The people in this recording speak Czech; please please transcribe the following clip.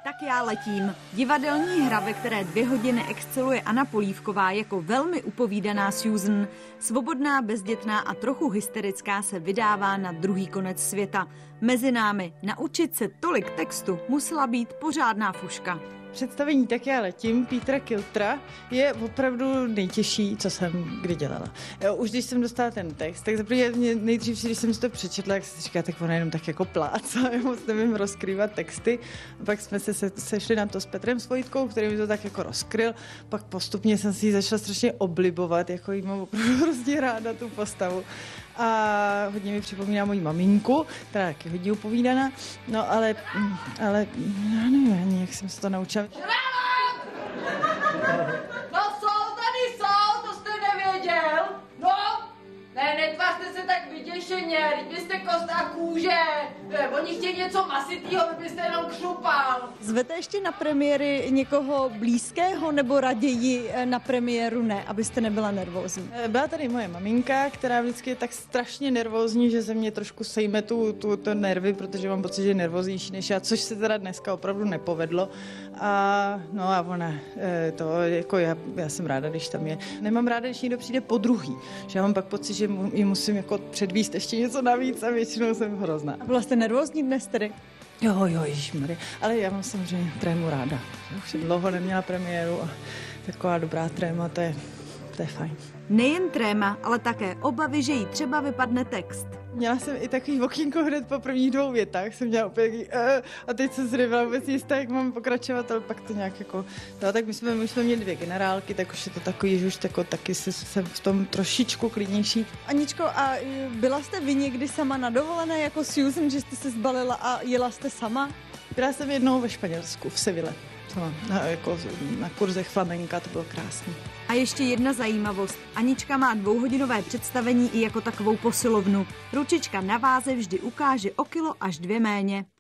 Tak já letím. Divadelní hra, ve které 2 hodiny exceluje Anna Polívková jako velmi upovídaná Susan. Svobodná, bezdětná a trochu hysterická se vydává na druhý konec světa. Mezi námi naučit se tolik textu musela být pořádná fuška. Představení Tak já letím Petra Kiltra je opravdu nejtěžší, co jsem kdy dělala. Už když jsem dostala ten text, tak zaprvé nejdřív, když jsem si to přečetla, jak se říká, tak ona jenom tak jako pláca, moc nevím rozkrývat texty. A pak jsme se sešli na to s Petrem Svojitkou, který mi to tak jako rozkryl. Pak postupně jsem si ji začala strašně oblibovat, jako jí mám opravdu hrozně ráda tu postavu. A hodně mi připomíná moji maminku, která je taky hodně upovídaná, no ale já nevím ani, jak jsem se to naučila. No jsou, to jste nevěděl? No, ne, netvařte se tak vyděšeně, vy jste kost a kůže. Oni chtějí něco masitýho, vy byste jenom křupal. Zvete ještě na premiéry někoho blízkého nebo raději na premiéru ne, abyste nebyla nervózní? Byla tady moje maminka, která vždycky je tak strašně nervózní, že ze mě trošku sejme tu nervy, protože mám pocit, že je nervóznější než já, což se teda dneska opravdu nepovedlo. A ona, to jako já jsem ráda, když tam je. Nemám ráda, když někdo přijde po druhý, že já mám pak pocit, že ji musím jako předvíst ještě něco navíc a většinou jsem hrozná. Byla jste nervózní dnes tedy? Jo, ježišmarja. Ale já mám samozřejmě trému ráda. Už jsem dlouho neměla premiéru a taková dobrá tréma, to je fajn. Nejen tréma, ale také obavy, že jí třeba vypadne text. Měla jsem i takový okýnko hned po prvních 2 větách, jsem měla opět a teď jsem si nebyla vůbec jistá, jak mám pokračovat, ale pak to nějak jako, no, tak my jsme měli 2 generálky, tak už je to takový, že už taky jsem v tom trošičku klidnější. Aničko, a byla jste vy někdy sama na dovolené jako Susan, že jste se zbalila a jela jste sama? Byla jsem jednou ve Španělsku, v Seville. Na kurzech flamenka, to bylo krásné. A ještě jedna zajímavost. Anička má 2hodinové představení i jako takovou posilovnu. Ručička na váze vždy ukáže o kilo až 2 méně.